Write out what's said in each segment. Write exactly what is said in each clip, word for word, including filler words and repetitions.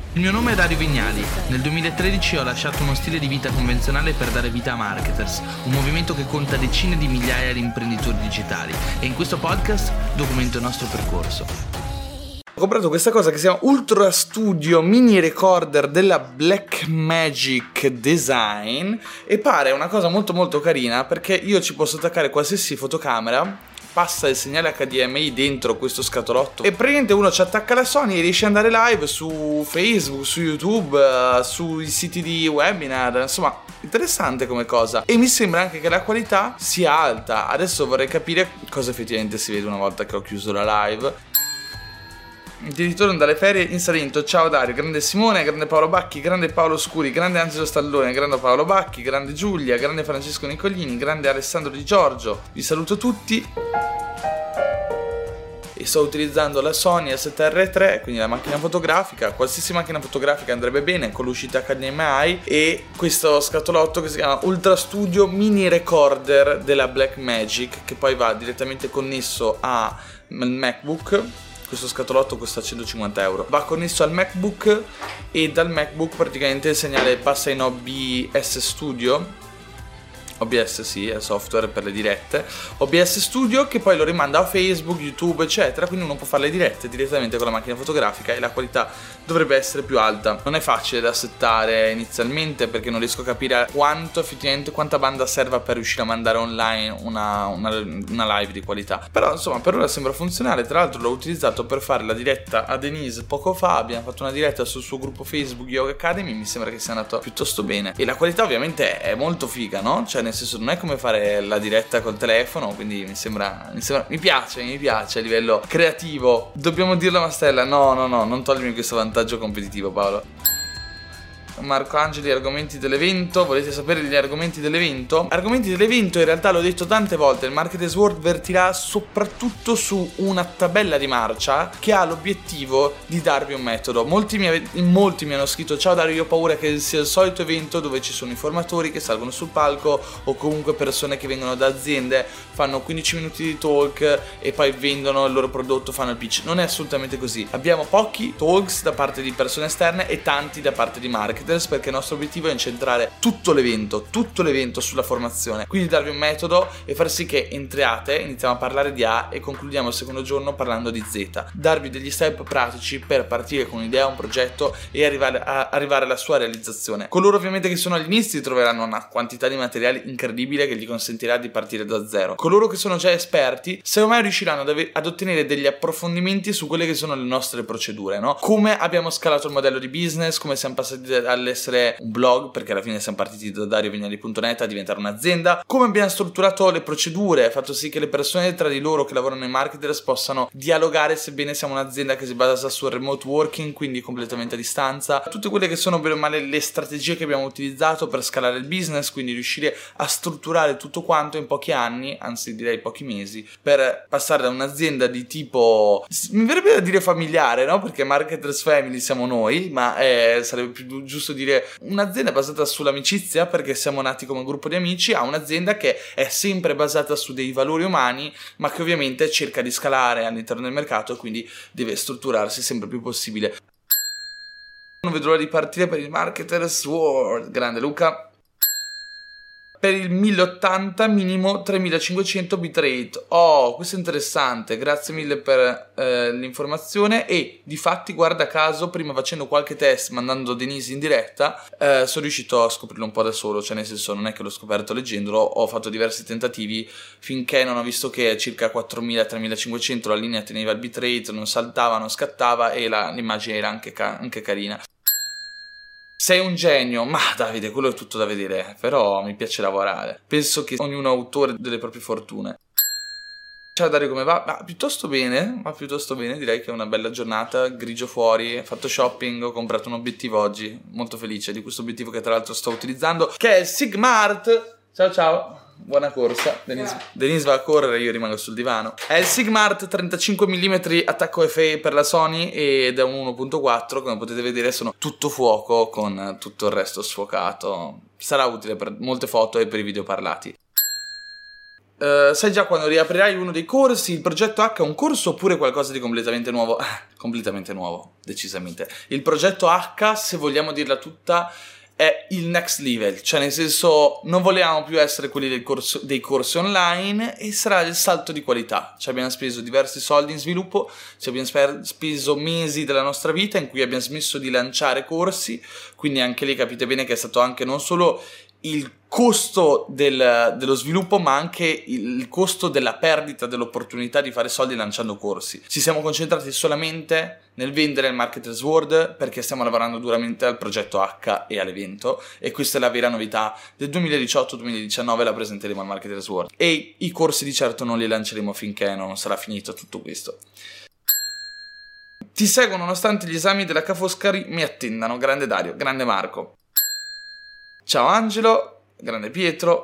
Il mio nome è Dario Vignali. Nel duemilatredici ho lasciato uno stile di vita convenzionale per dare vita a Marketers, un movimento che conta decine di migliaia di imprenditori digitali, e in questo podcast documento il nostro percorso. Ho comprato questa cosa che si chiama Ultra Studio Mini Recorder della Blackmagic Design e pare una cosa molto molto carina perché io ci posso attaccare qualsiasi fotocamera, passa il segnale H D M I dentro questo scatolotto e praticamente uno ci attacca la Sony e riesce ad andare live su Facebook, su YouTube, uh, sui siti di webinar, insomma interessante come cosa, e mi sembra anche che la qualità sia alta. Adesso vorrei capire cosa effettivamente si vede una volta che ho chiuso la live. Di ritorno dalle ferie in Salento. Ciao Dario, grande Simone, grande Paolo Bacchi, grande Paolo Scuri, grande Angelo Stallone, grande Paolo Bacchi, grande Giulia, grande Francesco Nicolini, grande Alessandro Di Giorgio. Vi saluto tutti. E sto utilizzando la Sony A sette R tre, quindi la macchina fotografica. Qualsiasi macchina fotografica andrebbe bene con l'uscita H D M I, e questo scatolotto che si chiama Ultra Studio Mini Recorder della Blackmagic, che poi va direttamente connesso al MacBook. Questo scatolotto costa centocinquanta euro. Va connesso al MacBook e dal MacBook praticamente il segnale passa in O B S Studio. O B S sì, è il software per le dirette. O B S Studio, che poi lo rimanda a Facebook, YouTube eccetera, quindi uno può fare le dirette direttamente con la macchina fotografica e la qualità dovrebbe essere più alta. Non è facile da settare inizialmente perché non riesco a capire quanto effettivamente, quanta banda serva per riuscire a mandare online una, una, una live di qualità, però insomma per ora sembra funzionare. Tra l'altro l'ho utilizzato per fare la diretta a Denise poco fa, abbiamo fatto una diretta sul suo gruppo Facebook Yoga Academy, mi sembra che sia andato piuttosto bene e la qualità ovviamente è molto figa, no? Cioè nel senso non è come fare la diretta col telefono, quindi mi sembra, mi sembra mi piace, mi piace a livello creativo. Dobbiamo dirlo a Mastella, no no no, non toglimi questo vantaggio competitivo Paolo. Marco Angeli, argomenti dell'evento. Volete sapere degli argomenti dell'evento? Argomenti dell'evento, in realtà l'ho detto tante volte, il Marketers World vertirà soprattutto su una tabella di marcia che ha l'obiettivo di darvi un metodo. Molti mi, ave- molti mi hanno scritto: ciao Dario, io ho paura che sia il solito evento dove ci sono i formatori che salgono sul palco o comunque persone che vengono da aziende, fanno quindici minuti di talk e poi vendono il loro prodotto, fanno il pitch. Non è assolutamente così. Abbiamo pochi talks da parte di persone esterne e tanti da parte di marketer, perché il nostro obiettivo è incentrare tutto l'evento, tutto l'evento sulla formazione, quindi darvi un metodo e far sì che entriate, iniziamo a parlare di A e concludiamo il secondo giorno parlando di Z, darvi degli step pratici per partire con un'idea, un progetto e arrivare, a, arrivare alla sua realizzazione. Coloro ovviamente che sono agli inizi troveranno una quantità di materiali incredibile che gli consentirà di partire da zero. Coloro che sono già esperti secondo me riusciranno ad, ave- ad ottenere degli approfondimenti su quelle che sono le nostre procedure, no? Come abbiamo scalato il modello di business, come siamo passati da all'essere un blog, perché alla fine siamo partiti da dario vignali punto net a diventare un'azienda, come abbiamo strutturato le procedure, fatto sì che le persone tra di loro che lavorano in marketers possano dialogare, sebbene siamo un'azienda che si basa sul remote working, quindi completamente a distanza, tutte quelle che sono bene o male le strategie che abbiamo utilizzato per scalare il business, quindi riuscire a strutturare tutto quanto in pochi anni, anzi direi pochi mesi, per passare da un'azienda di tipo, mi verrebbe da dire familiare, no? Perché marketers family siamo noi, ma eh, sarebbe più giusto dire un'azienda basata sull'amicizia, perché siamo nati come gruppo di amici, a un'azienda che è sempre basata su dei valori umani, ma che ovviamente cerca di scalare all'interno del mercato e quindi deve strutturarsi sempre più possibile. Non vedo l'ora di partire per il Marketers World. Grande Luca. Per il mille ottanta minimo tremilacinquecento bitrate. Oh, questo è interessante, grazie mille per eh, l'informazione. E difatti, guarda caso, prima facendo qualche test, mandando Denise in diretta, eh, sono riuscito a scoprirlo un po' da solo, cioè nel senso non è che l'ho scoperto leggendolo, ho fatto diversi tentativi finché non ho visto che a circa quattromila tremilacinquecento la linea teneva il bitrate, non saltava, non scattava e la, l'immagine era anche, ca- anche carina. Sei un genio, ma Davide, quello è tutto da vedere, però mi piace lavorare. Penso che ognuno è autore delle proprie fortune. Ciao Dario, come va? Ma piuttosto bene, ma piuttosto bene, direi che è una bella giornata, grigio fuori, ho fatto shopping, ho comprato un obiettivo oggi, molto felice di questo obiettivo che tra l'altro sto utilizzando, che è il Sigmart. Ciao ciao. Buona corsa. Denise, Denise va a correre, io rimango sul divano. È il Sigmart trentacinque millimetri attacco F A per la Sony ed è un uno punto quattro, come potete vedere sono tutto fuoco con tutto il resto sfocato. Sarà utile per molte foto e per i video parlati. Uh, sai già quando riaprirai uno dei corsi? Il progetto H è un corso oppure qualcosa di completamente nuovo? Completamente nuovo, decisamente. Il progetto H, se vogliamo dirla tutta, è il next level, cioè nel senso non volevamo più essere quelli del corso, dei corsi online, e sarà il salto di qualità. Ci abbiamo speso diversi soldi in sviluppo, ci abbiamo sper- speso mesi della nostra vita in cui abbiamo smesso di lanciare corsi, quindi anche lì capite bene che è stato anche non solo il costo del, dello sviluppo, ma anche il costo della perdita dell'opportunità di fare soldi lanciando corsi. Ci siamo concentrati solamente nel vendere il Marketers World perché stiamo lavorando duramente al progetto H e all'evento, e questa è la vera novità del duemiladiciotto duemiladiciannove, la presenteremo al Marketers World, e i corsi di certo non li lanceremo finché non sarà finito tutto questo. Ti seguo nonostante gli esami della Ca' Foscari mi attendano. Grande Dario, grande Marco. Ciao Angelo, grande Pietro.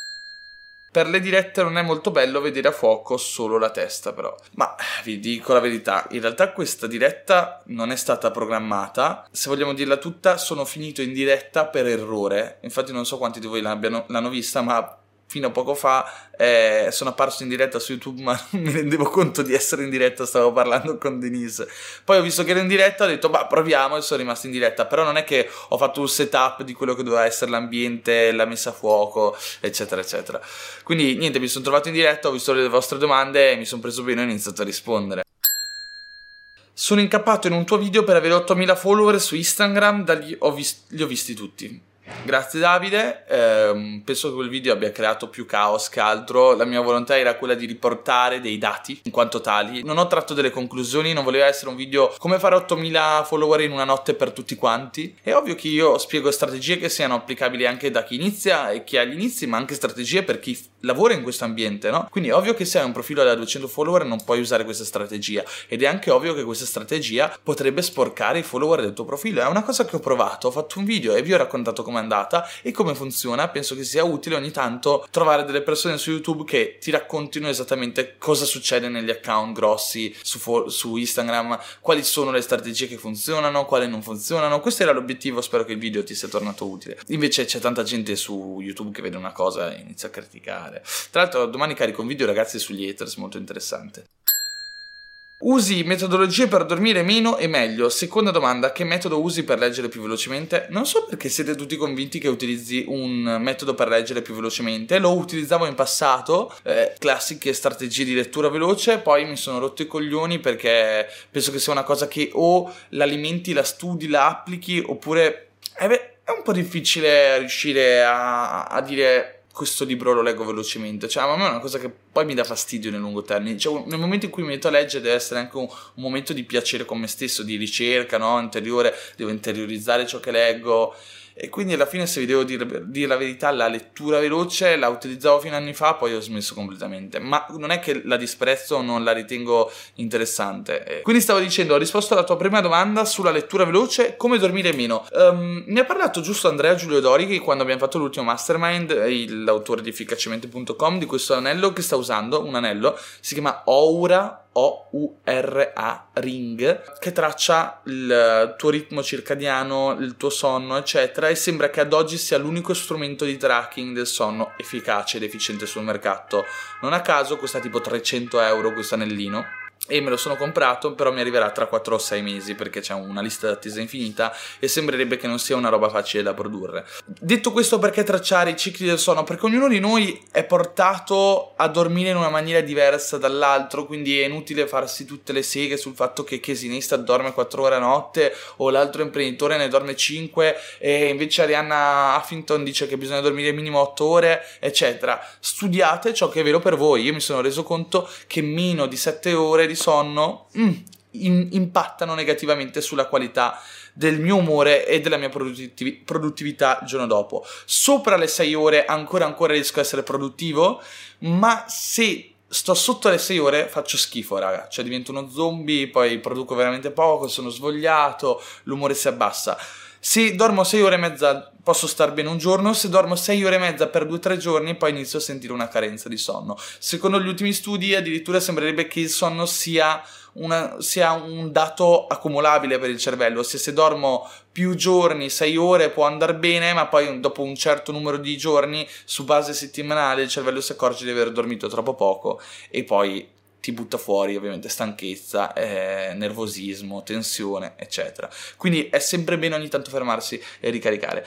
Per le dirette non è molto bello vedere a fuoco solo la testa però. Ma vi dico la verità, in realtà questa diretta non è stata programmata. Se vogliamo dirla tutta, sono finito in diretta per errore. Infatti non so quanti di voi l'abbiano, l'hanno vista, ma fino a poco fa eh, sono apparso in diretta su YouTube, ma non mi rendevo conto di essere in diretta, stavo parlando con Denise. Poi ho visto che ero in diretta, ho detto bah proviamo, e sono rimasto in diretta. Però non è che ho fatto un setup di quello che doveva essere l'ambiente, la messa a fuoco, eccetera eccetera. Quindi niente, mi sono trovato in diretta, ho visto le vostre domande e mi sono preso bene e ho iniziato a rispondere. Sono incappato in un tuo video per avere ottomila follower su Instagram, da lì ho vis- li ho visti tutti. Grazie Davide, eh, penso che quel video abbia creato più caos che altro. La mia volontà era quella di riportare dei dati in quanto tali. Non ho tratto delle conclusioni, non voleva essere un video come fare ottomila follower in una notte per tutti quanti. È ovvio che io spiego strategie che siano applicabili anche da chi inizia e chi ha gli inizi, ma anche strategie per chi lavora in questo ambiente, no? Quindi è ovvio che se hai un profilo da duecento follower non puoi usare questa strategia, ed è anche ovvio che questa strategia potrebbe sporcare i follower del tuo profilo. È una cosa che ho provato, ho fatto un video e vi ho raccontato come andata e come funziona. Penso che sia utile ogni tanto trovare delle persone su YouTube che ti raccontino esattamente cosa succede negli account grossi su, su Instagram, quali sono le strategie che funzionano, quali non funzionano. Questo era l'obiettivo, spero che il video ti sia tornato utile. Invece c'è tanta gente su YouTube che vede una cosa e inizia a criticare. Tra l'altro domani carico un video ragazzi sugli haters molto interessante. Usi metodologie per dormire meno e meglio? Seconda domanda, che metodo usi per leggere più velocemente? Non so perché siete tutti convinti che utilizzi un metodo per leggere più velocemente. Lo utilizzavo in passato, eh, classiche strategie di lettura veloce, poi mi sono rotto i coglioni perché penso che sia una cosa che o l'alimenti, la studi, la applichi, oppure eh beh, è un po' difficile riuscire a, a dire questo libro lo leggo velocemente. Cioè a me è una cosa che poi mi dà fastidio nel lungo termine. Cioè, nel momento in cui mi metto a leggere deve essere anche un, un momento di piacere con me stesso, di ricerca, no? Interiore, devo interiorizzare ciò che leggo. E quindi alla fine, se vi devo dire, dire la verità, la lettura veloce la utilizzavo fino a anni fa, poi ho smesso completamente. Ma non è che la disprezzo o non la ritengo interessante. Quindi stavo dicendo, ho risposto alla tua prima domanda sulla lettura veloce, come dormire meno. Um, ne ha parlato giusto Andrea Giulio Dori quando abbiamo fatto l'ultimo mastermind, l'autore di efficacemente punto com, di questo anello che sta usando, un anello, si chiama Oura, O U R A Ring, che traccia il tuo ritmo circadiano, il tuo sonno, eccetera, e sembra che ad oggi sia l'unico strumento di tracking del sonno efficace ed efficiente sul mercato. Non a caso costa tipo trecento euro questo anellino, e me lo sono comprato, però mi arriverà tra quattro o sei mesi perché c'è una lista d'attesa infinita e sembrerebbe che non sia una roba facile da produrre. Detto questo, perché tracciare i cicli del sonno? Perché ognuno di noi è portato a dormire in una maniera diversa dall'altro, quindi è inutile farsi tutte le seghe sul fatto che Casey Neistat dorme quattro ore a notte o l'altro imprenditore ne dorme cinque e invece Arianna Huffington dice che bisogna dormire minimo otto ore, eccetera. Studiate ciò che è vero per voi. Io mi sono reso conto che meno di sette ore di sonno mm, in, impattano negativamente sulla qualità del mio umore e della mia produttiv- produttività il giorno dopo. Sopra le sei ore ancora ancora riesco a essere produttivo, ma se sto sotto le sei ore faccio schifo, raga. Cioè divento uno zombie, poi produco veramente poco, sono svogliato, l'umore si abbassa. Se dormo sei ore e mezza posso star bene un giorno, se dormo sei ore e mezza per due o tre giorni poi inizio a sentire una carenza di sonno. Secondo gli ultimi studi addirittura sembrerebbe che il sonno sia una, sia un dato accumulabile per il cervello. Se, se dormo più giorni, sei ore, può andare bene, ma poi dopo un certo numero di giorni, su base settimanale, il cervello si accorge di aver dormito troppo poco e poi ti butta fuori ovviamente stanchezza, eh, nervosismo, tensione, eccetera. Quindi è sempre bene ogni tanto fermarsi e ricaricare.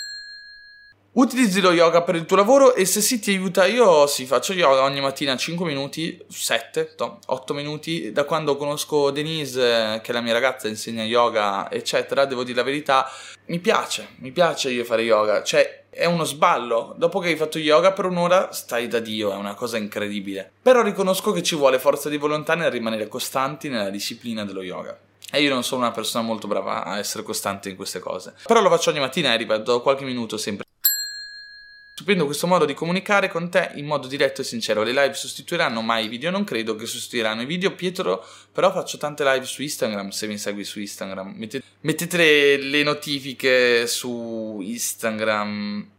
Utilizzi lo yoga per il tuo lavoro? E se sì, ti aiuta? Io sì, faccio yoga ogni mattina cinque minuti, sette, no, otto minuti. Da quando conosco Denise, che è la mia ragazza, insegna yoga, eccetera, devo dire la verità, mi piace, mi piace io fare yoga. Cioè, è uno sballo. Dopo che hai fatto yoga per un'ora, stai da Dio, è una cosa incredibile. Però riconosco che ci vuole forza di volontà nel rimanere costanti nella disciplina dello yoga. E io non sono una persona molto brava a essere costante in queste cose. Però lo faccio ogni mattina e ripeto qualche minuto sempre. Stupendo questo modo di comunicare con te in modo diretto e sincero. Le live sostituiranno mai i video? Non credo che sostituiranno i video, Pietro, però faccio tante live su Instagram, se mi segui su Instagram. Mettete, mettete le, le notifiche su Instagram.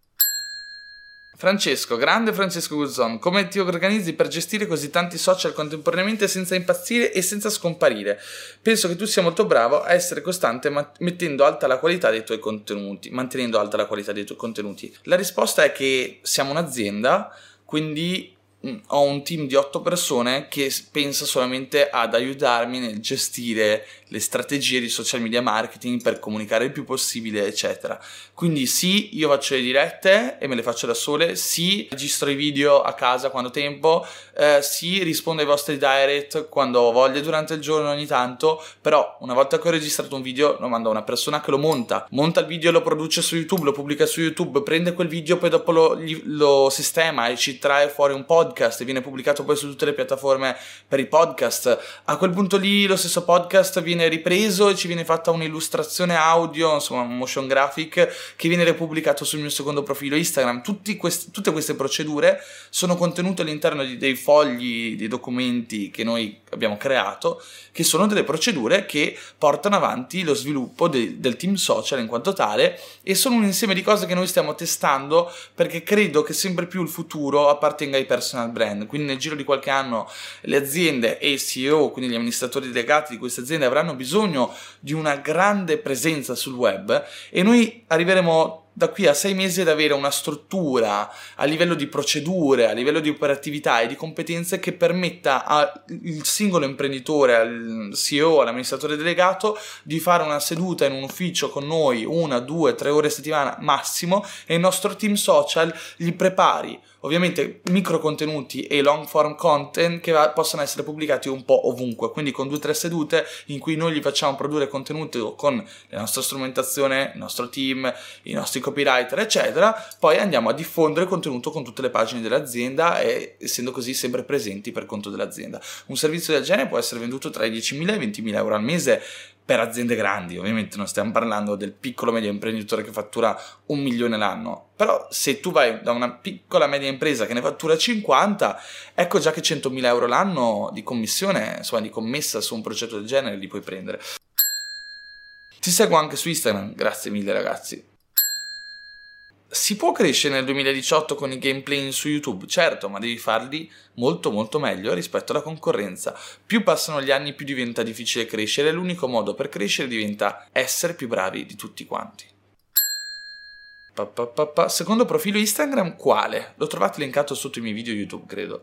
Francesco, grande Francesco Guzzon, come ti organizzi per gestire così tanti social contemporaneamente senza impazzire e senza scomparire? Penso che tu sia molto bravo a essere costante ma- mettendo alta la qualità dei tuoi contenuti, mantenendo alta la qualità dei tuoi contenuti. La risposta è che siamo un'azienda, quindi mh, ho un team di otto persone che pensa solamente ad aiutarmi nel gestire le strategie di social media marketing per comunicare il più possibile, eccetera. Quindi sì, io faccio le dirette e me le faccio da sole, sì, registro i video a casa quando ho tempo, eh, sì, rispondo ai vostri direct quando ho voglia durante il giorno ogni tanto, però una volta che ho registrato un video lo mando a una persona che lo monta, monta il video, lo produce su YouTube, lo pubblica su YouTube, prende quel video, poi dopo lo, lo sistema e ci trae fuori un podcast e viene pubblicato poi su tutte le piattaforme per i podcast. A quel punto lì lo stesso podcast viene ripreso e ci viene fatta un'illustrazione audio, insomma un motion graphic che viene ripubblicato sul mio secondo profilo Instagram. Tutti questi, tutte queste procedure sono contenute all'interno di dei fogli, dei documenti che noi abbiamo creato, che sono delle procedure che portano avanti lo sviluppo de, del team social in quanto tale, e sono un insieme di cose che noi stiamo testando perché credo che sempre più il futuro appartenga ai personal brand. Quindi nel giro di qualche anno le aziende e i C E O, quindi gli amministratori delegati di queste aziende, avranno bisogno di una grande presenza sul web e noi arriveremo da qui a sei mesi ad avere una struttura a livello di procedure, a livello di operatività e di competenze che permetta al singolo imprenditore, al C E O, all'amministratore delegato di fare una seduta in un ufficio con noi una, due, tre ore a settimana massimo e il nostro team social gli prepari ovviamente micro contenuti e long form content che va, possono essere pubblicati un po' ovunque, quindi con due o tre sedute in cui noi gli facciamo produrre contenuti con la nostra strumentazione, il nostro team, i nostri copywriter eccetera, poi andiamo a diffondere contenuto con tutte le pagine dell'azienda e essendo così sempre presenti per conto dell'azienda. Un servizio del genere può essere venduto tra i diecimila e i ventimila euro al mese per aziende grandi, ovviamente non stiamo parlando del piccolo medio imprenditore che fattura un milione l'anno, però se tu vai da una piccola media impresa che ne fattura cinquanta, ecco già che centomila euro l'anno di commissione, insomma di commessa su un progetto del genere li puoi prendere. Ti seguo anche su Instagram, grazie mille ragazzi. Si può crescere nel duemiladiciotto con i gameplay su YouTube? Certo, ma devi farli molto molto meglio rispetto alla concorrenza. Più passano gli anni, più diventa difficile crescere. L'unico modo per crescere diventa essere più bravi di tutti quanti. Pa, pa, pa, pa. Secondo profilo Instagram quale? Lo trovate linkato sotto i miei video YouTube, credo.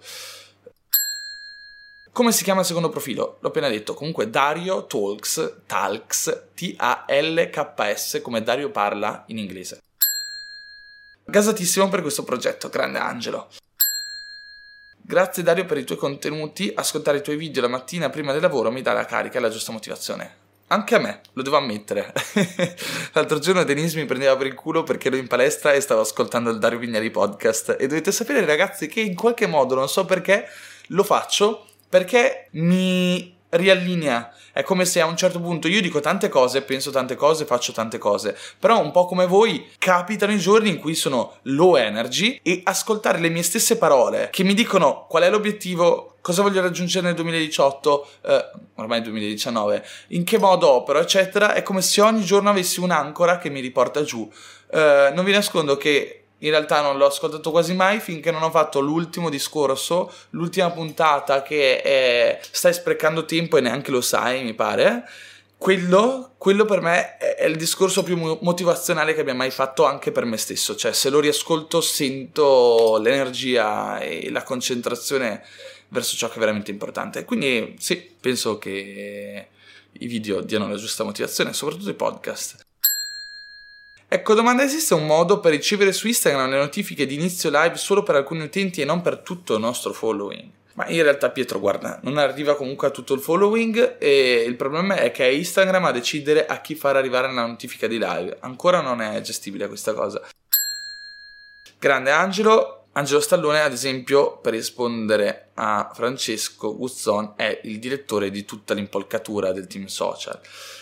Come si chiama il secondo profilo? L'ho appena detto. Comunque Dario Talks, Talks, T A L K S, come Dario parla in inglese. Gasatissimo per questo progetto, grande Angelo. Grazie Dario per i tuoi contenuti, ascoltare i tuoi video la mattina prima del lavoro mi dà la carica e la giusta motivazione. Anche a me, lo devo ammettere. L'altro giorno Denise mi prendeva per il culo perché ero in palestra e stavo ascoltando il Dario Vignali podcast e dovete sapere ragazzi che in qualche modo, non so perché, lo faccio perché mi riallinea. È come se a un certo punto io dico tante cose, penso tante cose, faccio tante cose, però un po' come voi capitano i giorni in cui sono low energy e ascoltare le mie stesse parole che mi dicono qual è l'obiettivo, cosa voglio raggiungere nel duemiladiciotto, eh, ormai duemiladiciannove, in che modo opero, eccetera, è come se ogni giorno avessi un'ancora che mi riporta giù. Eh, non vi nascondo che In realtà non l'ho ascoltato quasi mai finché non ho fatto l'ultimo discorso, l'ultima puntata che è stai sprecando tempo e neanche lo sai, mi pare. Quello, quello per me è il discorso più motivazionale che abbia mai fatto anche per me stesso. Cioè, se lo riascolto sento l'energia e la concentrazione verso ciò che è veramente importante. Quindi sì, penso che i video diano la giusta motivazione, soprattutto i podcast. Ecco, domanda: esiste un modo per ricevere su Instagram le notifiche di inizio live solo per alcuni utenti e non per tutto il nostro following? Ma in realtà, Pietro, guarda, non arriva comunque a tutto il following e il problema è che è Instagram a decidere a chi far arrivare la notifica di live. Ancora non è gestibile questa cosa. Grande Angelo. Angelo Stallone, ad esempio, per rispondere a Francesco Guzzon, è il direttore di tutta l'impolcatura del team social.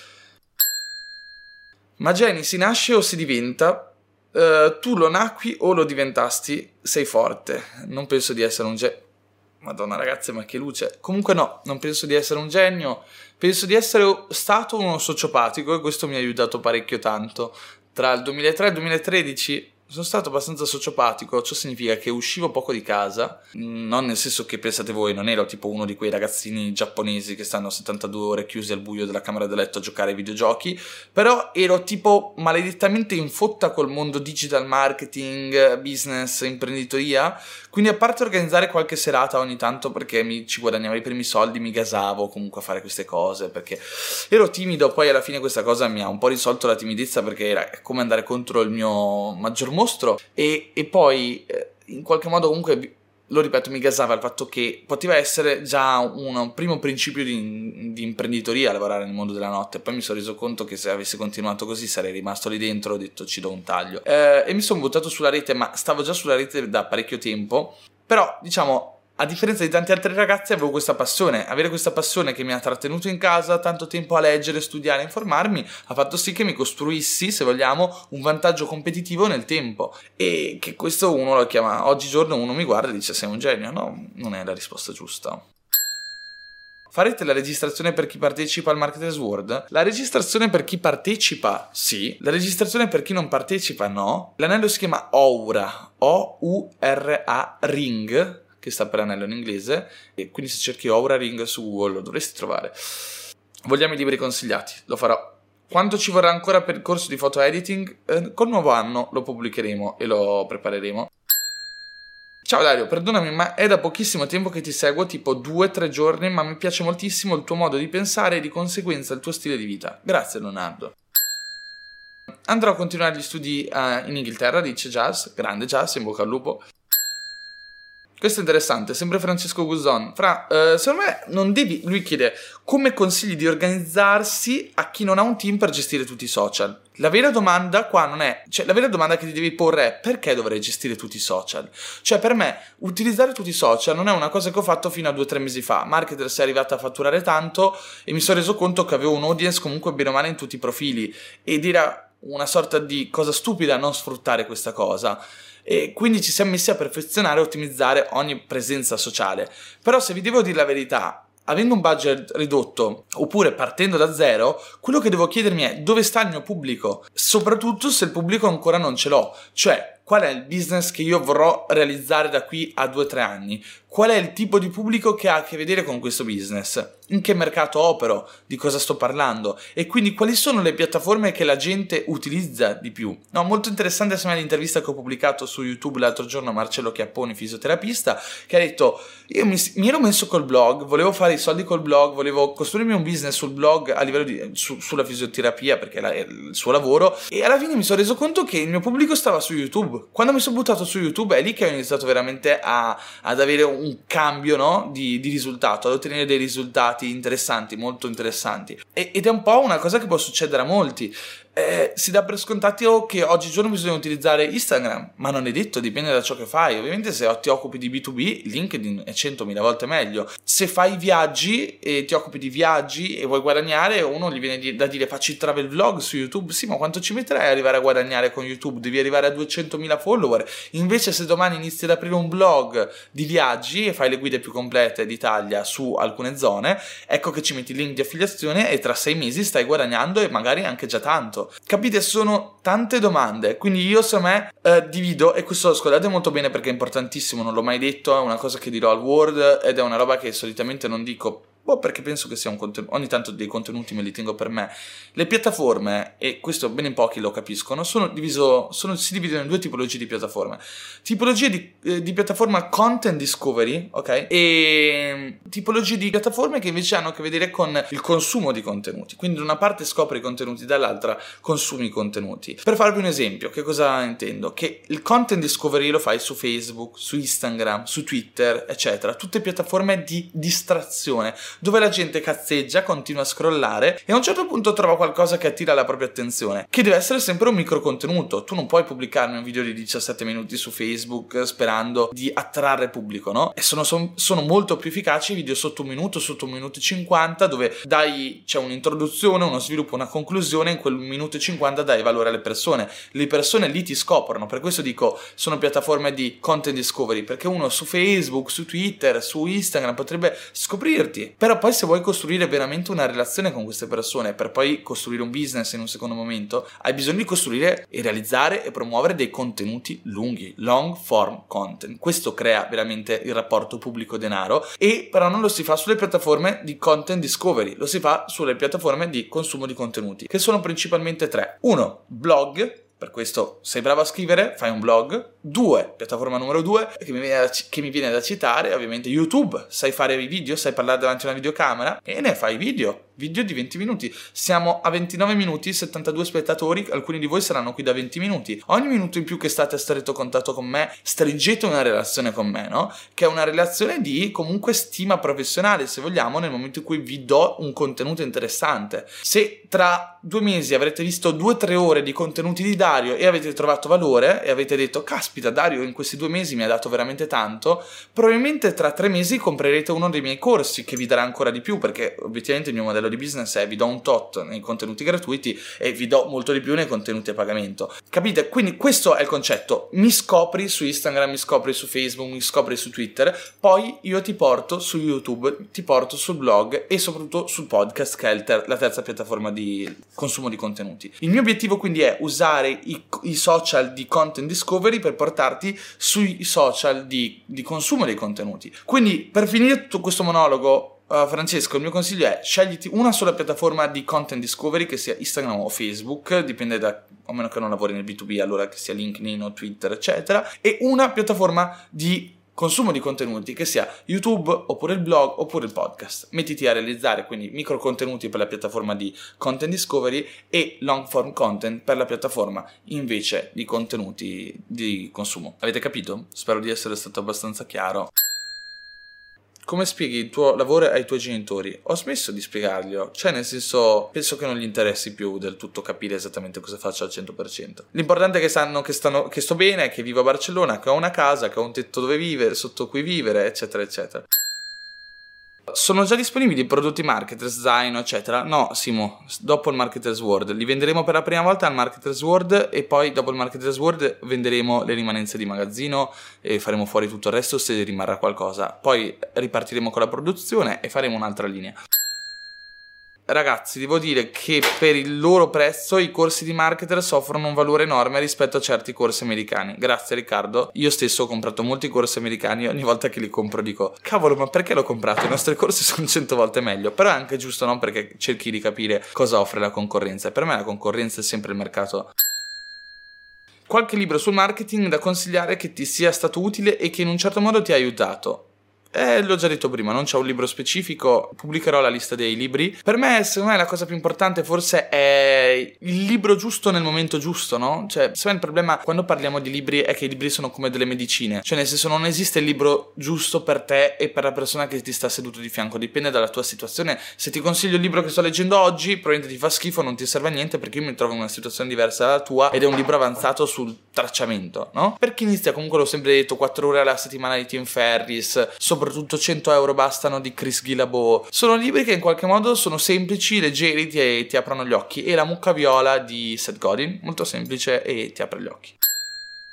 Ma Jenny, si nasce o si diventa? Uh, tu lo nacqui o lo diventasti? Sei forte. Non penso di essere un genio. Madonna ragazzi, ma che luce. Comunque no, non penso di essere un genio. Penso di essere stato uno sociopatico e questo mi ha aiutato parecchio tanto. Tra il duemilatré e il duemilatredici sono stato abbastanza sociopatico. Ciò significa che uscivo poco di casa, non nel senso che pensate voi, non ero tipo uno di quei ragazzini giapponesi che stanno settantadue ore chiusi al buio della camera da letto a giocare ai videogiochi, però ero tipo maledettamente in fotta col mondo digital marketing, business, imprenditoria, quindi a parte organizzare qualche serata ogni tanto perché mi, ci guadagnavo i primi soldi, mi gasavo comunque a fare queste cose perché ero timido. Poi alla fine questa cosa mi ha un po' risolto la timidezza perché era come andare contro il mio maggior mostro e, e poi eh, in qualche modo comunque, lo ripeto, mi gasava il fatto che poteva essere già un, un primo principio di, di imprenditoria lavorare nel mondo della notte. Poi mi sono reso conto che se avessi continuato così sarei rimasto lì dentro, ho detto ci do un taglio eh, e mi sono buttato sulla rete, ma stavo già sulla rete da parecchio tempo. Però diciamo, a differenza di tanti altri ragazzi, avevo questa passione. Avere questa passione che mi ha trattenuto in casa tanto tempo a leggere, studiare, informarmi, ha fatto sì che mi costruissi, se vogliamo, un vantaggio competitivo nel tempo. E che questo uno lo chiama, oggigiorno uno mi guarda e dice sei un genio. No, non è la risposta giusta. Farete la registrazione per chi partecipa al Marketers World? La registrazione per chi partecipa, sì. La registrazione per chi non partecipa, no. L'anello si chiama Oura, O U R A Ring, che sta per anello in inglese, e quindi se cerchi Oura Ring su Google lo dovresti trovare. Vogliamo i libri consigliati? Lo farò. Quanto ci vorrà ancora per il corso di photo editing? Eh, col nuovo anno lo pubblicheremo e lo prepareremo. Ciao Dario, perdonami, ma è da pochissimo tempo che ti seguo, tipo due tre giorni, ma mi piace moltissimo il tuo modo di pensare e di conseguenza il tuo stile di vita. Grazie Leonardo. Andrò a continuare gli studi uh, in Inghilterra, dice Jazz. Grande Jazz, in bocca al lupo. Questo è interessante, sempre Francesco Guzzon. Fra, eh, secondo me non devi, lui chiede come consigli di organizzarsi a chi non ha un team per gestire tutti i social. La vera domanda qua non è, cioè la vera domanda che ti devi porre è perché dovrei gestire tutti i social? Cioè per me utilizzare tutti i social non è una cosa che ho fatto fino a due o tre mesi fa. Marketers è arrivata a fatturare tanto e mi sono reso conto che avevo un audience comunque bene o male in tutti i profili ed era una sorta di cosa stupida non sfruttare questa cosa. E quindi ci siamo messi a perfezionare e ottimizzare ogni presenza sociale. Però se vi devo dire la verità, avendo un budget ridotto oppure partendo da zero, quello che devo chiedermi è dove sta il mio pubblico, soprattutto se il pubblico ancora non ce l'ho, cioè qual è il business che io vorrò realizzare da qui a due o tre anni, qual è il tipo di pubblico che ha a che vedere con questo business, in che mercato opero, di cosa sto parlando e quindi quali sono le piattaforme che la gente utilizza di più. No, molto interessante secondo me l'intervista che ho pubblicato su YouTube l'altro giorno a Marcello Chiapponi, fisioterapista, che ha detto io mi, mi ero messo col blog, volevo fare i soldi col blog, volevo costruirmi un business sul blog a livello di su, sulla fisioterapia perché è il suo lavoro e alla fine mi sono reso conto che il mio pubblico stava su YouTube. Quando mi sono buttato su YouTube è lì che ho iniziato veramente a, ad avere un cambio, no? di, di risultato, ad ottenere dei risultati interessanti, molto interessanti e, ed è un po' una cosa che può succedere a molti. Eh, si dà per scontato che oggigiorno bisogna utilizzare Instagram, ma non è detto, dipende da ciò che fai. Ovviamente se ti occupi di B due B LinkedIn è centomila volte meglio. Se fai viaggi e ti occupi di viaggi e vuoi guadagnare, uno gli viene da dire facci travel vlog su YouTube. Sì, ma quanto ci metterai ad arrivare a guadagnare con YouTube? Devi arrivare a duecentomila centomila follower. Invece se domani inizi ad aprire un blog di viaggi e fai le guide più complete d'Italia su alcune zone, ecco che ci metti il link di affiliazione e tra sei mesi stai guadagnando e magari anche già tanto. Capite? Sono tante domande, quindi io secondo me eh, divido, e questo ascoltate molto bene perché è importantissimo, non l'ho mai detto, è una cosa che dirò al Word ed è una roba che solitamente non dico, boh, perché penso che sia un contenuto, ogni tanto dei contenuti me li tengo per me. Le piattaforme, e questo bene in pochi lo capiscono, sono diviso, sono, si dividono in due tipologie di piattaforme. Tipologie di, eh, di piattaforma content discovery, ok? E tipologie di piattaforme che invece hanno a che vedere con il consumo di contenuti. Quindi da una parte scopri i contenuti, dall'altra consumi i contenuti. Per farvi un esempio, che cosa intendo? Che il content discovery lo fai su Facebook, su Instagram, su Twitter, eccetera. Tutte piattaforme di distrazione, dove la gente cazzeggia, continua a scrollare e a un certo punto trova qualcosa che attira la propria attenzione, che deve essere sempre un micro contenuto. Tu non puoi pubblicarmi un video di diciassette minuti su Facebook sperando di attrarre pubblico, no? E sono, sono, sono molto più efficaci i video sotto un minuto, sotto un minuto e cinquanta, dove dai, c'è un'introduzione, uno sviluppo, una conclusione, in quel minuto e cinquanta dai valore alle persone. Le persone lì ti scoprono, per questo dico sono piattaforme di content discovery, perché uno su Facebook, su Twitter, su Instagram potrebbe scoprirti. Però poi se vuoi costruire veramente una relazione con queste persone per poi costruire un business in un secondo momento, hai bisogno di costruire e realizzare e promuovere dei contenuti lunghi, long form content. Questo crea veramente il rapporto pubblico-denaro, e però non lo si fa sulle piattaforme di content discovery, lo si fa sulle piattaforme di consumo di contenuti, che sono principalmente tre. Uno, blog. Per questo sei bravo a scrivere, fai un blog. Due, piattaforma numero due, che mi, viene da, che mi viene da citare, ovviamente YouTube. Sai fare i video, sai parlare davanti a una videocamera e ne fai video. Video di venti minuti. Siamo a ventinove minuti, settantadue spettatori, alcuni di voi saranno qui da venti minuti. Ogni minuto in più che state a stretto contatto con me, stringete una relazione con me, no? Che è una relazione di comunque stima professionale, se vogliamo, nel momento in cui vi do un contenuto interessante. Se tra due mesi avrete visto due o tre ore di contenuti di Dario e avete trovato valore e avete detto caspita, Dario in questi due mesi mi ha dato veramente tanto, probabilmente tra tre mesi comprerete uno dei miei corsi che vi darà ancora di più, perché obiettivamente il mio modello di business è vi do un tot nei contenuti gratuiti e vi do molto di più nei contenuti a pagamento. Capite? Quindi questo è il concetto. Mi scopri su Instagram, mi scopri su Facebook, mi scopri su Twitter, poi io ti porto su YouTube, ti porto sul blog e soprattutto sul podcast, che è il ter- la terza piattaforma di consumo di contenuti. Il mio obiettivo quindi è usare i, i social di content discovery per portarti sui social di, di consumo dei contenuti. Quindi per finire tutto questo monologo, Uh, Francesco, il mio consiglio è scegliti una sola piattaforma di content discovery, che sia Instagram o Facebook, dipende da, a meno che non lavori nel B due B, allora che sia LinkedIn o Twitter eccetera, e una piattaforma di consumo di contenuti, che sia YouTube oppure il blog oppure il podcast. Mettiti a realizzare quindi micro contenuti per la piattaforma di content discovery e long form content per la piattaforma invece di contenuti di consumo. Avete capito? Spero di essere stato abbastanza chiaro. Come spieghi il tuo lavoro ai tuoi genitori? Ho smesso di spiegarglielo, cioè nel senso penso che non gli interessi più del tutto capire esattamente cosa faccio al cento per cento. L'importante è che sanno che, stanno, che sto bene, che vivo a Barcellona, che ho una casa, che ho un tetto dove vivere, sotto cui vivere, eccetera eccetera. Sono già disponibili prodotti Marketers, zaino, eccetera? No, Simo, dopo il Marketers World. Li venderemo per la prima volta al Marketers World e poi dopo il Marketers World venderemo le rimanenze di magazzino e faremo fuori tutto il resto se rimarrà qualcosa. Poi ripartiremo con la produzione e faremo un'altra linea. Ragazzi, devo dire che per il loro prezzo i corsi di Marketers offrono un valore enorme rispetto a certi corsi americani. Grazie Riccardo, io stesso ho comprato molti corsi americani e ogni volta che li compro dico cavolo, ma perché l'ho comprato? I nostri corsi sono cento volte meglio. Però è anche giusto, no? Perché cerchi di capire cosa offre la concorrenza, e per me la concorrenza è sempre il mercato. Qualche libro sul marketing da consigliare che ti sia stato utile e che in un certo modo ti ha aiutato? Eh, l'ho già detto prima, non c'è un libro specifico, pubblicherò la lista dei libri. Per me, secondo me, la cosa più importante forse è il libro giusto nel momento giusto, no? Cioè, secondo me il problema quando parliamo di libri è che i libri sono come delle medicine. Cioè, nel senso, non esiste il libro giusto per te e per la persona che ti sta seduto di fianco, dipende dalla tua situazione. Se ti consiglio il libro che sto leggendo oggi, probabilmente ti fa schifo, non ti serve a niente, perché io mi trovo in una situazione diversa dalla tua ed è un libro avanzato sul tracciamento, no? Per chi inizia, comunque l'ho sempre detto, quattro ore alla settimana di Tim Ferriss, soprattutto cento euro bastano di Chris Guillebeau. Sono libri che in qualche modo sono semplici, leggeri, ti, ti aprono gli occhi. E La mucca viola di Seth Godin, molto semplice e ti apre gli occhi.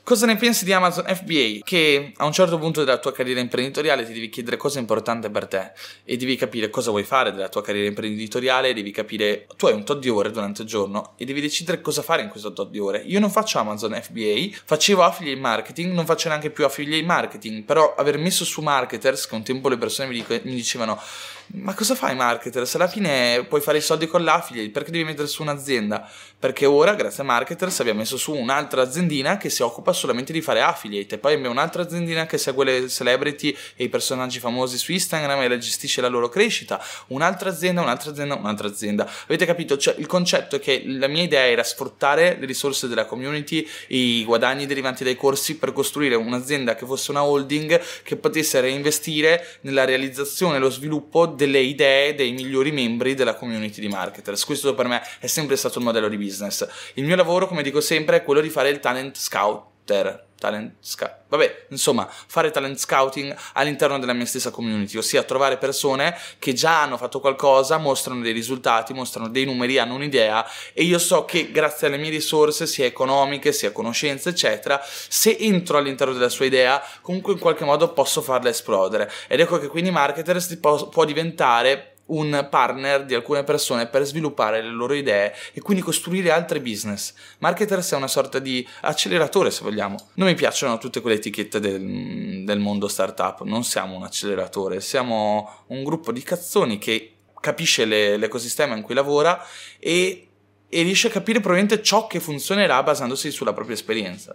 Cosa ne pensi di Amazon F B A? Che a un certo punto della tua carriera imprenditoriale ti devi chiedere cosa è importante per te e devi capire cosa vuoi fare della tua carriera imprenditoriale, devi capire, tu hai un tot di ore durante il giorno e devi decidere cosa fare in questo tot di ore. Io non faccio Amazon F B A, facevo affiliate marketing, non faccio neanche più affiliate marketing, però aver messo su Marketers, che un tempo le persone mi, dico, mi dicevano ma cosa fai Marketers? Alla fine puoi fare i soldi con l'affiliate, perché devi mettere su un'azienda? Perché ora, grazie a Marketers, abbiamo messo su un'altra aziendina che si occupa solamente di fare affiliate, e poi abbiamo un'altra aziendina che segue le celebrity e i personaggi famosi su Instagram e la gestisce la loro crescita, un'altra azienda, un'altra azienda, un'altra azienda. Avete capito? Cioè, il concetto è che la mia idea era sfruttare le risorse della community, i guadagni derivanti dai corsi, per costruire un'azienda che fosse una holding che potesse reinvestire nella realizzazione e lo sviluppo delle idee dei migliori membri della community di Marketers. Questo per me è sempre stato il modello di business. Il mio lavoro, come dico sempre, è quello di fare il talent scouter. Talent scout. Vabbè, insomma, fare talent scouting all'interno della mia stessa community, ossia trovare persone che già hanno fatto qualcosa, mostrano dei risultati, mostrano dei numeri, hanno un'idea, e io so che grazie alle mie risorse, sia economiche, sia conoscenze, eccetera, se entro all'interno della sua idea, comunque in qualche modo posso farla esplodere. Ed ecco che quindi Marketers può, può diventare un partner di alcune persone per sviluppare le loro idee e quindi costruire altri business. Marketers è una sorta di acceleratore, se vogliamo. Non mi piacciono tutte quelle etichette del, del mondo startup, non siamo un acceleratore, siamo un gruppo di cazzoni che capisce le, l'ecosistema in cui lavora e, e riesce a capire probabilmente ciò che funzionerà basandosi sulla propria esperienza.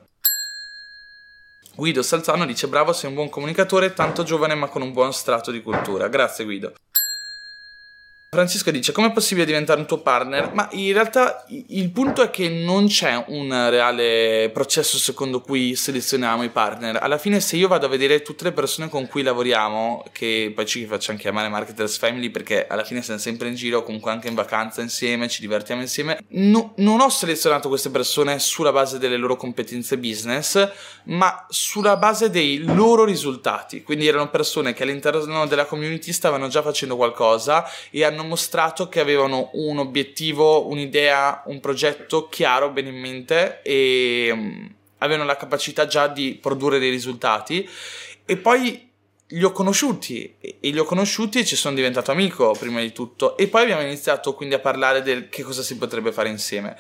Guido Salzano dice: bravo, sei un buon comunicatore, tanto giovane ma con un buon strato di cultura. Grazie Guido. Francesco dice: come è possibile diventare un tuo partner? Ma in realtà il punto è che non c'è un reale processo secondo cui selezioniamo i partner. Alla fine, se io vado a vedere tutte le persone con cui lavoriamo, che poi ci facciamo chiamare Marketers Family perché alla fine siamo sempre in giro, comunque anche in vacanza insieme, ci divertiamo insieme, no, non ho selezionato queste persone sulla base delle loro competenze business, ma sulla base dei loro risultati. Quindi erano persone che all'interno della community stavano già facendo qualcosa e hanno mostrato che avevano un obiettivo, un'idea, un progetto chiaro, bene in mente, e um, avevano la capacità già di produrre dei risultati. E poi li ho conosciuti e li ho conosciuti e ci sono diventato amico prima di tutto, e poi abbiamo iniziato quindi a parlare del che cosa si potrebbe fare insieme.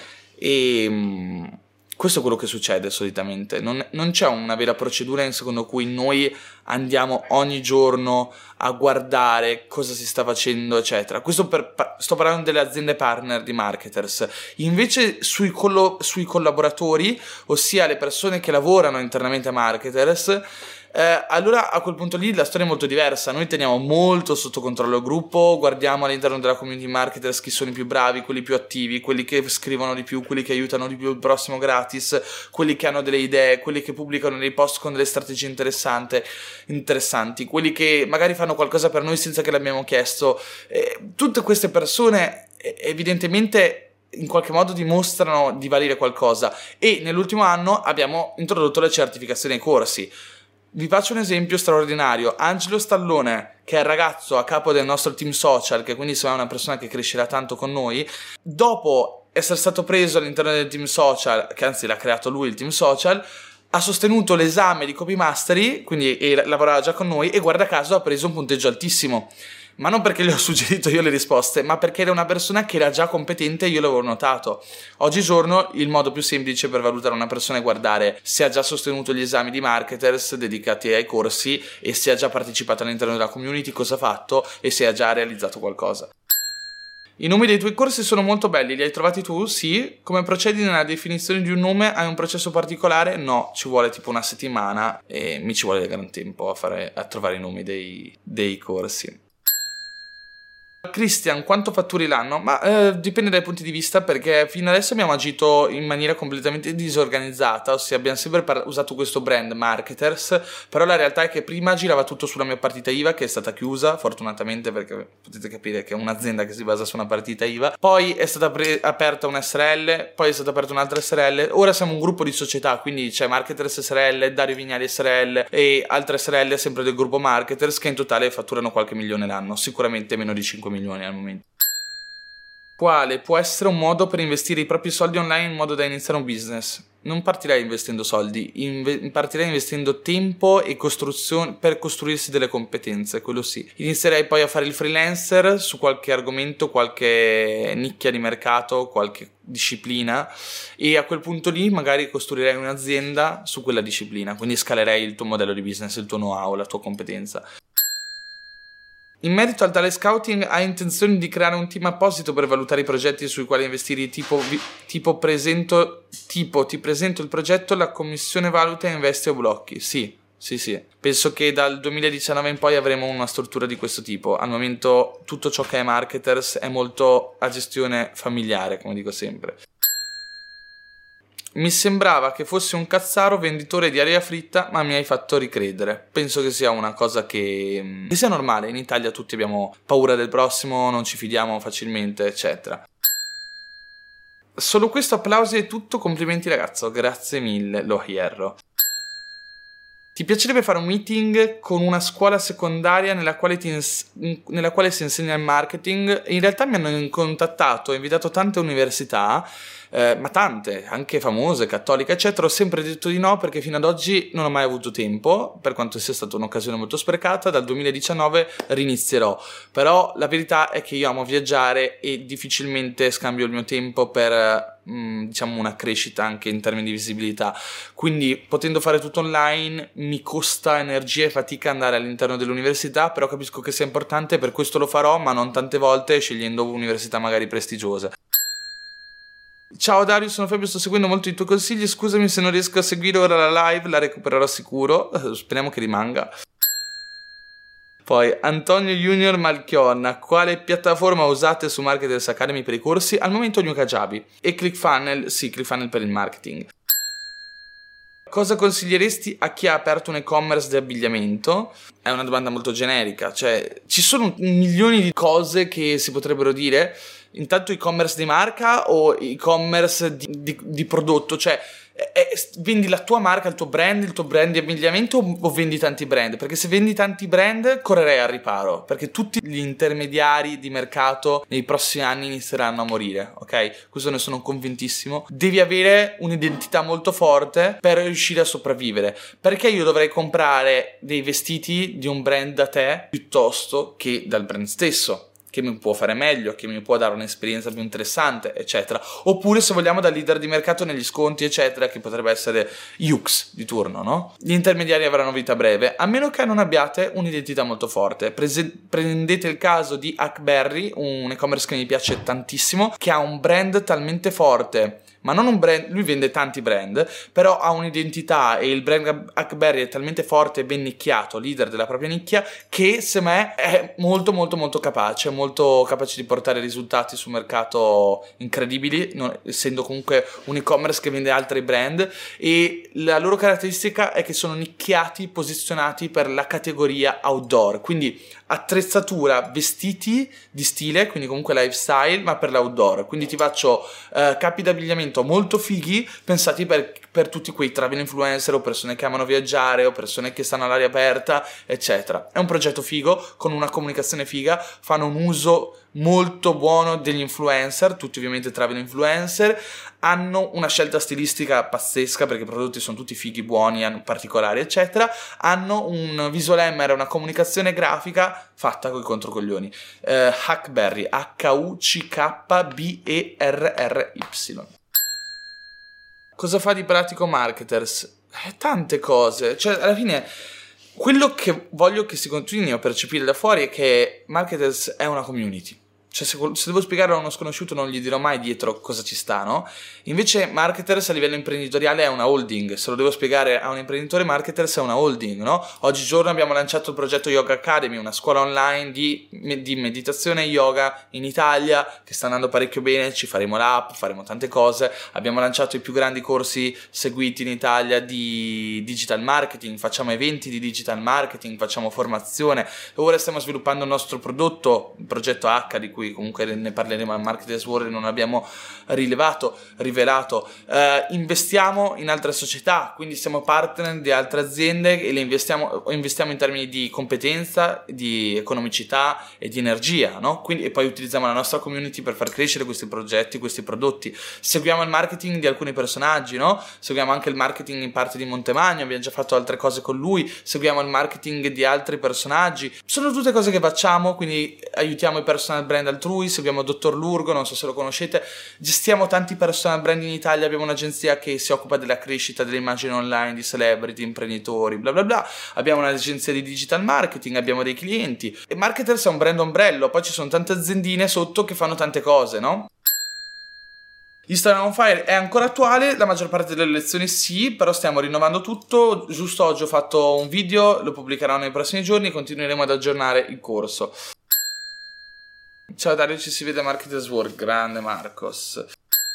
E um, questo è quello che succede solitamente. Non, non c'è una vera procedura secondo cui noi andiamo ogni giorno a guardare cosa si sta facendo, eccetera. Questo per, sto parlando delle aziende partner di Marketers. Invece sui, collo, sui collaboratori, ossia le persone che lavorano internamente a Marketers, Eh, allora a quel punto lì la storia è molto diversa. Noi teniamo molto sotto controllo il gruppo, guardiamo all'interno della community Marketers chi sono i più bravi, quelli più attivi, quelli che scrivono di più, quelli che aiutano di più il prossimo gratis, quelli che hanno delle idee, quelli che pubblicano dei post con delle strategie interessanti, interessanti, quelli che magari fanno qualcosa per noi senza che l'abbiamo chiesto. Eh, tutte queste persone eh, evidentemente in qualche modo dimostrano di valere qualcosa, e nell'ultimo anno abbiamo introdotto le certificazioni ai corsi. Vi faccio un esempio straordinario. Angelo Stallone, che è il ragazzo a capo del nostro team social, che quindi sarà una persona che crescerà tanto con noi, dopo essere stato preso all'interno del team social, che anzi l'ha creato lui il team social, ha sostenuto l'esame di copy mastery, quindi e lavorava già con noi, e guarda caso ha preso un punteggio altissimo. Ma non perché gli ho suggerito io le risposte, ma perché era una persona che era già competente e io l'avevo notato. Oggigiorno il modo più semplice per valutare una persona è guardare se ha già sostenuto gli esami di Marketers dedicati ai corsi e se ha già partecipato all'interno della community, cosa ha fatto e se ha già realizzato qualcosa. I nomi dei tuoi corsi sono molto belli, li hai trovati tu? Sì. Come procedi nella definizione di un nome? Hai un processo particolare? No, ci vuole tipo una settimana e mi ci vuole gran tempo a, fare, a trovare i nomi dei, dei corsi. Christian, quanto fatturi l'anno? Ma eh, dipende dai punti di vista, perché fino adesso abbiamo agito in maniera completamente disorganizzata, ossia abbiamo sempre par- usato questo brand Marketers, però la realtà è che prima girava tutto sulla mia partita I V A, che è stata chiusa fortunatamente, perché potete capire che è un'azienda che si basa su una partita I V A, poi è stata pre- aperta una S R L, poi è stata aperta un'altra S R L, ora siamo un gruppo di società, quindi c'è Marketers S R L, Dario Vignali S R L e altre S R L sempre del gruppo Marketers, che in totale fatturano qualche milione l'anno, sicuramente meno di cinque milioni al momento. Quale può essere un modo per investire i propri soldi online in modo da iniziare un business? non partirei investendo soldi, inve- partirei investendo tempo e costruzione per costruirsi delle competenze, quello sì. Inizierei poi a fare il freelancer su qualche argomento, qualche nicchia di mercato, qualche disciplina, e a quel punto lì magari costruirei un'azienda su quella disciplina, quindi scalerei il tuo modello di business, il tuo know-how, la tua competenza. In merito al tale scouting, hai intenzione di creare un team apposito per valutare i progetti sui quali investire, tipo, vi, tipo presento tipo ti presento il progetto, la commissione valuta, investe o blocchi? Sì, sì, sì. Penso che dal duemiladiciannove in poi avremo una struttura di questo tipo. Al momento tutto ciò che è marketers è molto a gestione familiare, come dico sempre. Mi sembrava che fossi un cazzaro venditore di aria fritta, ma mi hai fatto ricredere. Penso che sia una cosa che, che sia normale. In Italia tutti abbiamo paura del prossimo, non ci fidiamo facilmente, eccetera. Solo questo, applausi e tutto, complimenti ragazzo, grazie mille, lo hierro. Ti piacerebbe fare un meeting con una scuola secondaria nella quale, ti ins- nella quale si insegna il marketing? In realtà mi hanno contattato, ho invitato tante università, eh, ma tante, anche famose, cattoliche, eccetera. Ho sempre detto di no perché fino ad oggi non ho mai avuto tempo, per quanto sia stata un'occasione molto sprecata. Dal duemiladiciannove rinizierò, però la verità è che io amo viaggiare e difficilmente scambio il mio tempo per... diciamo una crescita anche in termini di visibilità, quindi potendo fare tutto online mi costa energia e fatica andare all'interno dell'università, però capisco che sia importante, per questo lo farò, ma non tante volte, scegliendo università magari prestigiose. Ciao Dario, sono Fabio, sto seguendo molto i tuoi consigli, scusami se non riesco a seguire ora la live, la recupererò sicuro, speriamo che rimanga. Poi Antonio Junior Malchionna, quale piattaforma usate su Marketers Academy per i corsi? Al momento New Kajabi e ClickFunnels, sì, ClickFunnels per il marketing. Cosa consiglieresti a chi ha aperto un e-commerce di abbigliamento? È una domanda molto generica, cioè ci sono milioni di cose che si potrebbero dire. Intanto e-commerce di marca o e-commerce di, di, di prodotto, cioè è, vendi la tua marca, il tuo brand, il tuo brand di abbigliamento o vendi tanti brand? Perché se vendi tanti brand correrei al riparo, perché tutti gli intermediari di mercato nei prossimi anni inizieranno a morire, ok? Questo ne sono convintissimo. Devi avere un'identità molto forte per riuscire a sopravvivere. Perché io dovrei comprare dei vestiti di un brand da te piuttosto che dal brand stesso, che mi può fare meglio, che mi può dare un'esperienza più interessante, eccetera. Oppure, se vogliamo, da leader di mercato negli sconti, eccetera, che potrebbe essere U X di turno, no? Gli intermediari avranno vita breve, a meno che non abbiate un'identità molto forte. Prese- prendete il caso di Hackberry, un e-commerce che mi piace tantissimo, che ha un brand talmente forte, ma non un brand, lui vende tanti brand, però ha un'identità e il brand Hackberry è talmente forte e ben nicchiato, leader della propria nicchia, che secondo me è molto molto molto capace, molto capace di portare risultati sul mercato incredibili, non, essendo comunque un e-commerce che vende altri brand, e la loro caratteristica è che sono nicchiati, posizionati per la categoria outdoor, quindi attrezzatura, vestiti di stile, quindi comunque lifestyle, ma per l'outdoor. Quindi ti faccio eh, capi d'abbigliamento molto fighi, pensati per, per tutti quei travel influencer o persone che amano viaggiare o persone che stanno all'aria aperta, eccetera. È un progetto figo, con una comunicazione figa, fanno un uso molto buono degli influencer, tutti ovviamente travel influencer, hanno una scelta stilistica pazzesca perché i prodotti sono tutti fighi, buoni, particolari, eccetera, hanno un visual hammer, una comunicazione grafica fatta coi controcoglioni. eh, Hackberry, H U C K B E R R Y. Cosa fa di pratico Marketers? Eh, tante cose, cioè alla fine quello che voglio che si continui a percepire da fuori è che Marketers è una community. Cioè, se, se devo spiegarlo a uno sconosciuto non gli dirò mai dietro cosa ci sta, no? Invece Marketers a livello imprenditoriale è una holding. Se lo devo spiegare a un imprenditore, Marketers è una holding, no? Oggigiorno abbiamo lanciato il progetto Yoga Academy, una scuola online di, di meditazione e yoga in Italia che sta andando parecchio bene. Ci faremo l'app, faremo tante cose. Abbiamo lanciato i più grandi corsi seguiti in Italia di digital marketing, facciamo eventi di digital marketing, facciamo formazione. Ora stiamo sviluppando il nostro prodotto, il progetto H, di cui cui comunque ne parleremo al Marketers World e non abbiamo rilevato, rivelato. Eh, investiamo in altre società, quindi siamo partner di altre aziende e le investiamo, investiamo in termini di competenza, di economicità e di energia, no? Quindi, e poi utilizziamo la nostra community per far crescere questi progetti, questi prodotti. Seguiamo il marketing di alcuni personaggi, no? Seguiamo anche il marketing in parte di Montemagno, abbiamo già fatto altre cose con lui, seguiamo il marketing di altri personaggi. Sono tutte cose che facciamo, quindi aiutiamo i personal brand altrui, seguiamo Dottor Lurgo, non so se lo conoscete, gestiamo tanti personal brand in Italia, abbiamo un'agenzia che si occupa della crescita delle immagini online di celebrity, imprenditori, bla bla bla, abbiamo un'agenzia di digital marketing, abbiamo dei clienti e Marketers è un brand ombrello, poi ci sono tante aziendine sotto che fanno tante cose, no? Instagram on Fire è ancora attuale, la maggior parte delle lezioni sì, però stiamo rinnovando tutto. Giusto oggi ho fatto un video, lo pubblicherò nei prossimi giorni, continueremo ad aggiornare il corso. Ciao Dario, ci si vede a Marketers World, grande Marcos.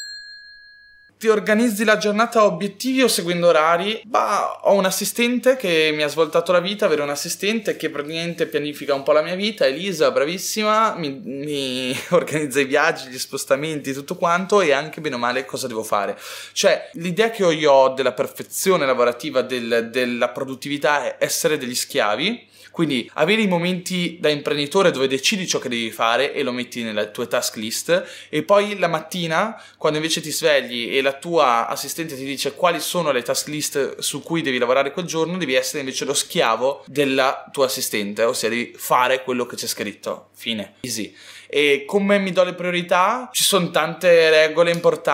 Ti organizzi la giornata a obiettivi o seguendo orari? Bah, ho un assistente che mi ha svoltato la vita, avere un assistente che praticamente pianifica un po' la mia vita, Elisa, bravissima, mi, mi organizza i viaggi, gli spostamenti, tutto quanto e anche bene o male cosa devo fare. Cioè, l'idea che io ho della perfezione lavorativa, del, della produttività è essere degli schiavi. Quindi avere i momenti da imprenditore dove decidi ciò che devi fare e lo metti nelle tue task list e poi la mattina quando invece ti svegli e la tua assistente ti dice quali sono le task list su cui devi lavorare quel giorno, devi essere invece lo schiavo della tua assistente, ossia devi fare quello che c'è scritto. Fine. Easy. E come mi do le priorità? Ci sono tante regole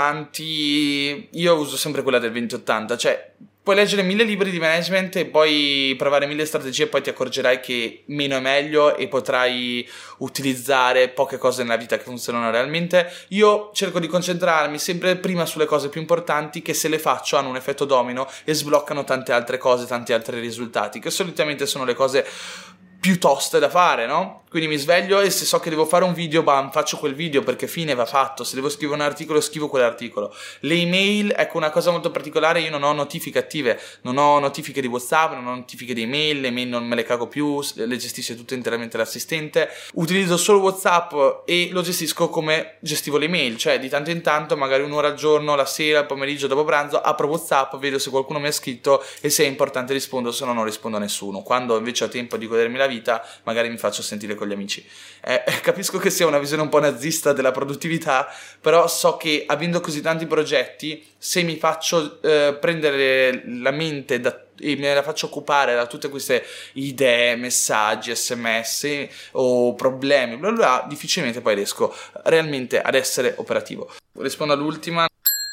importanti, io uso sempre quella del venti ottanta, cioè puoi leggere mille libri di management e poi provare mille strategie e poi ti accorgerai che meno è meglio e potrai utilizzare poche cose nella vita che funzionano realmente. Io cerco di concentrarmi sempre prima sulle cose più importanti che se le faccio hanno un effetto domino e sbloccano tante altre cose, tanti altri risultati, che solitamente sono le cose più toste da fare, no? Quindi mi sveglio e se so che devo fare un video, bam, faccio quel video perché fine va fatto. Se devo scrivere un articolo, scrivo quell'articolo. Le email, ecco una cosa molto particolare, io non ho notifiche attive, non ho notifiche di WhatsApp, non ho notifiche di email, le email non me le cago più, le gestisce tutte interamente l'assistente. Utilizzo solo WhatsApp e lo gestisco come gestivo le email, cioè di tanto in tanto, magari un'ora al giorno, la sera, il pomeriggio, dopo pranzo, apro WhatsApp, vedo se qualcuno mi ha scritto e se è importante rispondo, se no non rispondo a nessuno. Quando invece ho tempo di godermi la vita, magari mi faccio sentire con gli amici. Eh, capisco che sia una visione un po' nazista della produttività, però so che avendo così tanti progetti, se mi faccio eh, prendere la mente da, e me la faccio occupare da tutte queste idee, messaggi, sms o problemi, bla bla bla, difficilmente poi riesco realmente ad essere operativo. Rispondo all'ultima.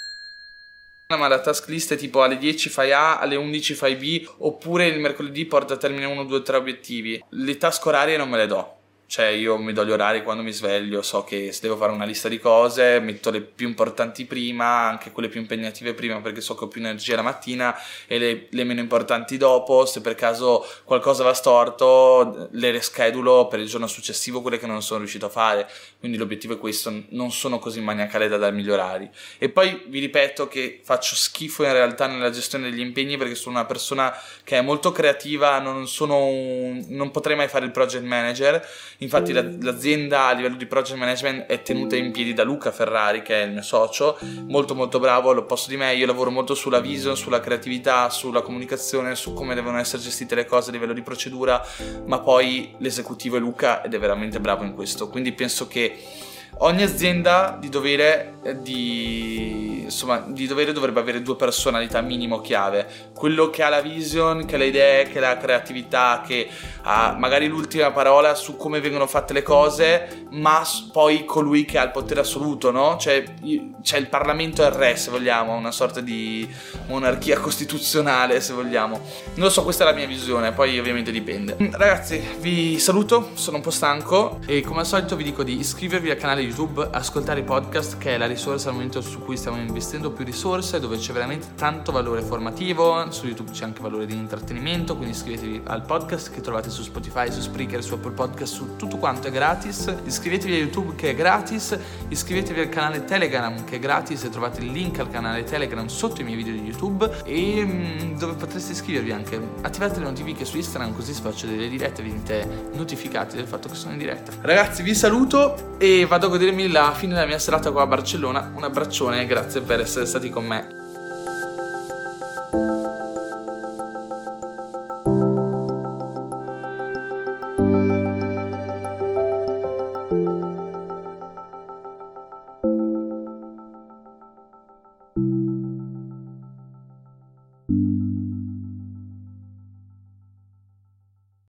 Ma la task list è tipo alle dieci fai A, alle undici fai B, oppure il mercoledì porta a termine uno, due, tre obiettivi. Le task orarie non me le do. Cioè io mi do gli orari quando mi sveglio, so che se devo fare una lista di cose metto le più importanti prima, anche quelle più impegnative prima perché so che ho più energia la mattina e le, le meno importanti dopo. Se per caso qualcosa va storto le reschedulo per il giorno successivo, quelle che non sono riuscito a fare. Quindi l'obiettivo è questo, non sono così maniacale da darmi gli orari. E poi vi ripeto che faccio schifo in realtà nella gestione degli impegni perché sono una persona che è molto creativa, non sono un, non potrei mai fare il project manager. Infatti la, l'azienda a livello di project management è tenuta in piedi da Luca Ferrari, che è il mio socio, molto molto bravo, all'opposto di me. Io lavoro molto sulla vision, sulla creatività, sulla comunicazione, su come devono essere gestite le cose a livello di procedura, ma poi l'esecutivo è Luca ed è veramente bravo in questo. Quindi penso che ogni azienda di dovere, di, insomma, di dovere dovrebbe avere due personalità minimo chiave: quello che ha la vision, che ha le idee, che ha la creatività, che ha magari l'ultima parola su come vengono fatte le cose, ma poi colui che ha il potere assoluto, no? Cioè c'è il Parlamento e il re, se vogliamo, una sorta di monarchia costituzionale, se vogliamo. Non lo so, questa è la mia visione, poi ovviamente dipende. Ragazzi, vi saluto, sono un po' stanco e come al solito vi dico di iscrivervi al canale YouTube, ascoltare i podcast, che è la risorsa al momento su cui stiamo investendo più risorse, dove c'è veramente tanto valore formativo. Su YouTube c'è anche valore di intrattenimento, quindi iscrivetevi al podcast che trovate su Spotify, su Spreaker, su Apple Podcast, su tutto quanto è gratis. Iscrivetevi a YouTube che è gratis, iscrivetevi al canale Telegram che è gratis e trovate il link al canale Telegram sotto i miei video di YouTube, e mh, dove potreste iscrivervi anche. Attivate le notifiche su Instagram, così se faccio delle dirette venite notificati del fatto che sono in diretta. Ragazzi, vi saluto e vado a godermi la fine della mia serata qua a Barcellona. Un abbraccione e grazie per essere stati con me.